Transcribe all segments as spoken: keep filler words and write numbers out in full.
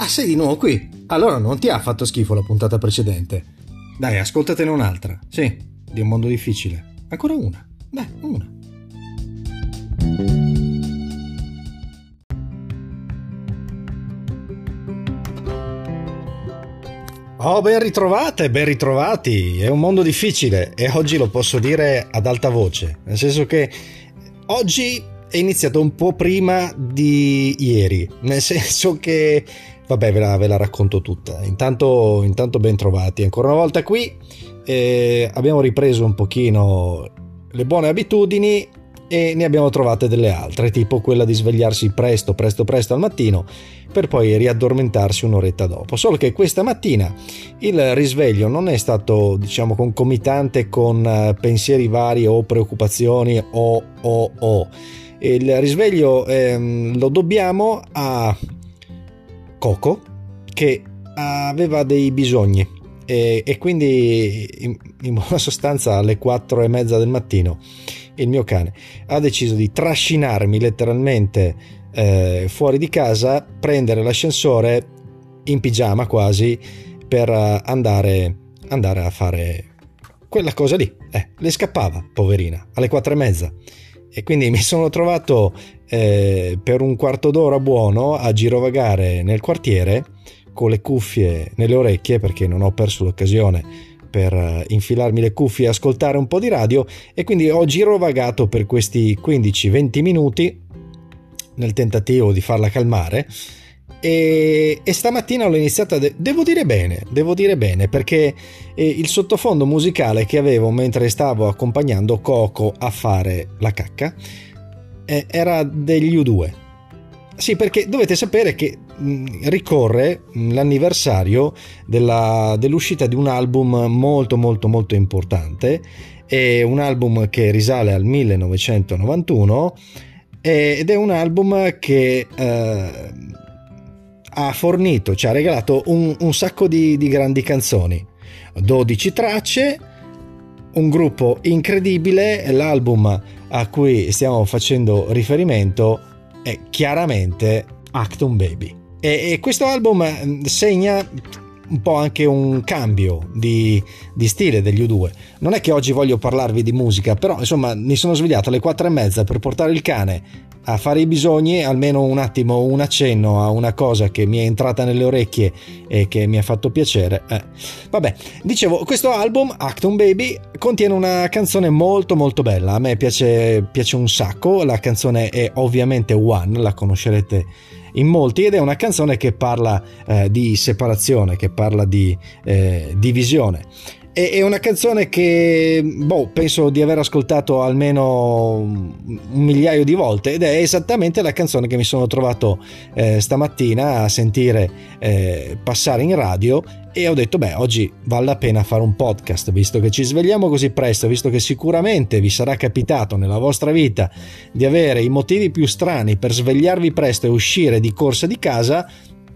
Ah, sei di nuovo qui? Allora non ti ha fatto schifo la puntata precedente. Dai, ascoltatene un'altra. Sì, di Un mondo difficile. Ancora una. Dai, una. Oh, ben ritrovate, ben ritrovati. È un mondo difficile e oggi lo posso dire ad alta voce, nel senso che oggi è iniziato un po' prima di ieri, nel senso che vabbè, ve la, ve la racconto tutta. Intanto, intanto ben trovati ancora una volta qui. Eh, abbiamo ripreso un pochino le buone abitudini e ne abbiamo trovate delle altre, tipo quella di svegliarsi presto, presto, presto al mattino per poi riaddormentarsi un'oretta dopo. Solo che questa mattina il risveglio non è stato, diciamo, concomitante con pensieri vari o preoccupazioni o o o. Il risveglio ehm, lo dobbiamo a Coco, che aveva dei bisogni e, e quindi in, in buona sostanza alle quattro e mezza del mattino il mio cane ha deciso di trascinarmi letteralmente eh, fuori di casa, prendere l'ascensore in pigiama quasi per andare, andare a fare quella cosa lì. Eh, le scappava, poverina, alle quattro e mezza. E quindi mi sono trovato eh, per un quarto d'ora buono a girovagare nel quartiere con le cuffie nelle orecchie, perché non ho perso l'occasione per infilarmi le cuffie e ascoltare un po' di radio, e quindi ho girovagato per questi quindici venti minuti nel tentativo di farla calmare. E, e stamattina l'ho iniziata, de- devo dire bene, devo dire bene, perché eh, il sottofondo musicale che avevo mentre stavo accompagnando Coco a fare la cacca eh, era degli U due. Sì, perché dovete sapere che mh, ricorre mh, l'anniversario della, dell'uscita di un album molto molto molto importante, è un album che risale al millenovecentonovantuno eh, ed è un album che eh, ha fornito, ci ha regalato un, un sacco di, di grandi canzoni, dodici tracce, un gruppo incredibile. L'album a cui stiamo facendo riferimento è chiaramente Achtung Baby, e, e questo album segna un po' anche un cambio di, di stile degli U due. Non è che oggi voglio parlarvi di musica, però insomma mi sono svegliato alle quattro e mezza per portare il cane a fare i bisogni, almeno un attimo, un accenno a una cosa che mi è entrata nelle orecchie e che mi ha fatto piacere. Eh. Vabbè, dicevo, questo album Achtung Baby contiene una canzone molto molto bella, a me piace, piace un sacco. La canzone è ovviamente One, la conoscerete in molti, ed è una canzone che parla eh, di separazione, che parla di eh, divisione. È una canzone che boh, penso di aver ascoltato almeno un migliaio di volte, ed è esattamente la canzone che mi sono trovato eh, stamattina a sentire eh, passare in radio, e ho detto beh, oggi vale la pena fare un podcast, visto che ci svegliamo così presto, visto che sicuramente vi sarà capitato nella vostra vita di avere i motivi più strani per svegliarvi presto e uscire di corsa di casa.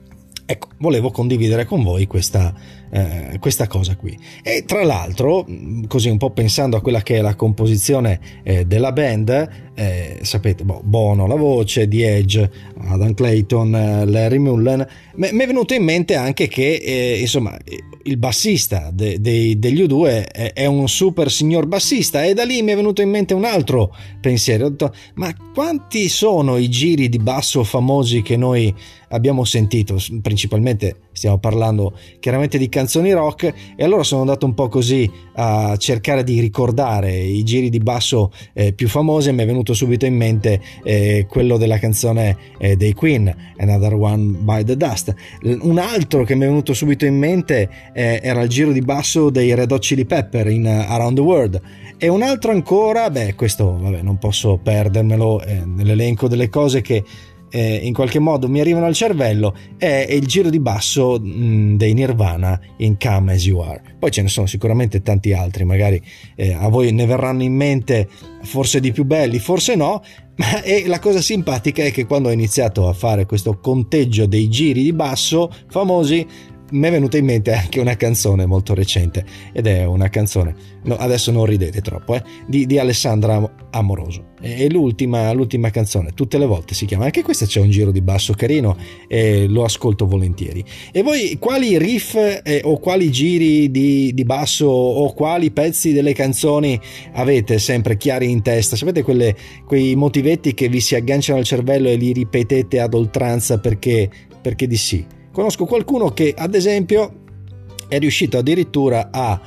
Ecco, volevo condividere con voi questa, eh, questa cosa qui. E tra l'altro, così un po' pensando a quella che è la composizione eh, della band, eh, sapete, boh, Bono la voce, The Edge, Adam Clayton, eh, Larry Mullen, mi è venuto in mente anche che eh, insomma il bassista de, de, degli U due è, è un super signor bassista, e da lì mi è venuto in mente un altro pensiero. Ho detto, ma quanti sono i giri di basso famosi che noi abbiamo sentito? Principalmente stiamo parlando chiaramente di canzoni rock, e allora sono andato un po' così a cercare di ricordare i giri di basso eh, più famosi, e mi è venuto subito in mente eh, quello della canzone eh, dei Queen, Another One by the Dust. Un altro che mi è venuto subito in mente eh, era il giro di basso dei Red Hot Chili Pepper in uh, Around the World, e un altro ancora, beh, questo vabbè, non posso perdermelo eh, nell'elenco delle cose che Eh, in qualche modo mi arrivano al cervello, è il giro di basso mh, dei Nirvana in Come As You Are. Poi ce ne sono sicuramente tanti altri, magari eh, a voi ne verranno in mente forse di più belli, forse no, ma e la cosa simpatica è che quando ho iniziato a fare questo conteggio dei giri di basso famosi mi è venuta in mente anche una canzone molto recente, ed è una canzone, no, adesso non ridete troppo, eh, di, di Alessandra Amoroso. È l'ultima, l'ultima canzone, tutte le volte si chiama, anche questa c'è un giro di basso carino e lo ascolto volentieri. E voi quali riff eh, o quali giri di, di basso o quali pezzi delle canzoni avete sempre chiari in testa? Sapete quelle, quei motivetti che vi si agganciano al cervello e li ripetete ad oltranza perché, perché di sì? Conosco qualcuno che ad esempio è riuscito addirittura a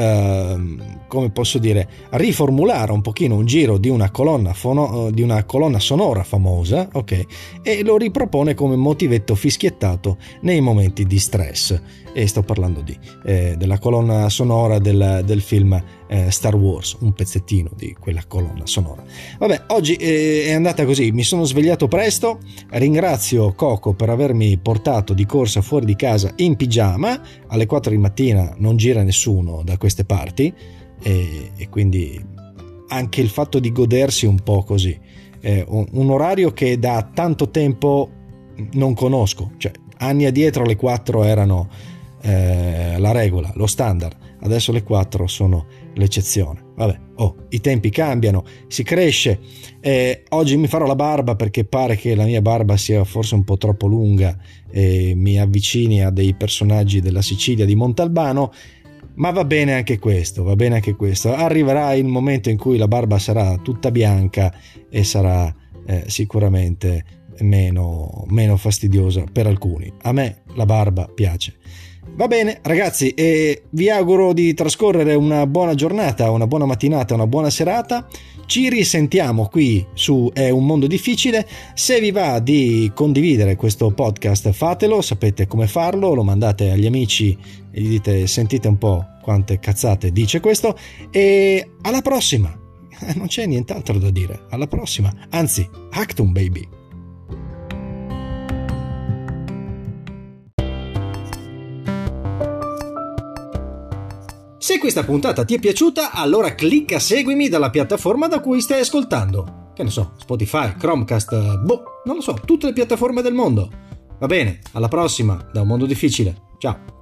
Uh, come posso dire, riformulare un pochino un giro di una colonna fono, di una colonna sonora famosa, ok, e lo ripropone come motivetto fischiettato nei momenti di stress. E sto parlando di eh, della colonna sonora del, del film eh, Star Wars, un pezzettino di quella colonna sonora. Vabbè, oggi eh, è andata così, mi sono svegliato presto, ringrazio Coco per avermi portato di corsa fuori di casa in pigiama, alle quattro di mattina non gira nessuno da queste parti, e, e quindi anche il fatto di godersi un po' così eh, un, un orario che da tanto tempo non conosco, cioè anni addietro le quattro erano eh, la regola, lo standard, adesso le quattro sono l'eccezione. Vabbè, oh, i tempi cambiano, si cresce, eh, oggi mi farò la barba perché pare che la mia barba sia forse un po' troppo lunga e mi avvicini a dei personaggi della Sicilia di Montalbano. Ma va bene anche questo, va bene anche questo. Arriverà il momento in cui la barba sarà tutta bianca e sarà eh, sicuramente meno, meno fastidiosa per alcuni. A me la barba piace. Va bene ragazzi, e vi auguro di trascorrere una buona giornata, una buona mattinata, una buona serata. Ci risentiamo qui su È un mondo difficile. Se vi va di condividere questo podcast fatelo, sapete come farlo, lo mandate agli amici e gli dite sentite un po' quante cazzate dice questo, e alla prossima. Non c'è nient'altro da dire, alla prossima, anzi Actum baby. Se questa puntata ti è piaciuta, allora clicca seguimi dalla piattaforma da cui stai ascoltando. Che ne so, Spotify, Chromecast, boh, non lo so, tutte le piattaforme del mondo. Va bene, alla prossima, da Un Mondo Difficile. Ciao.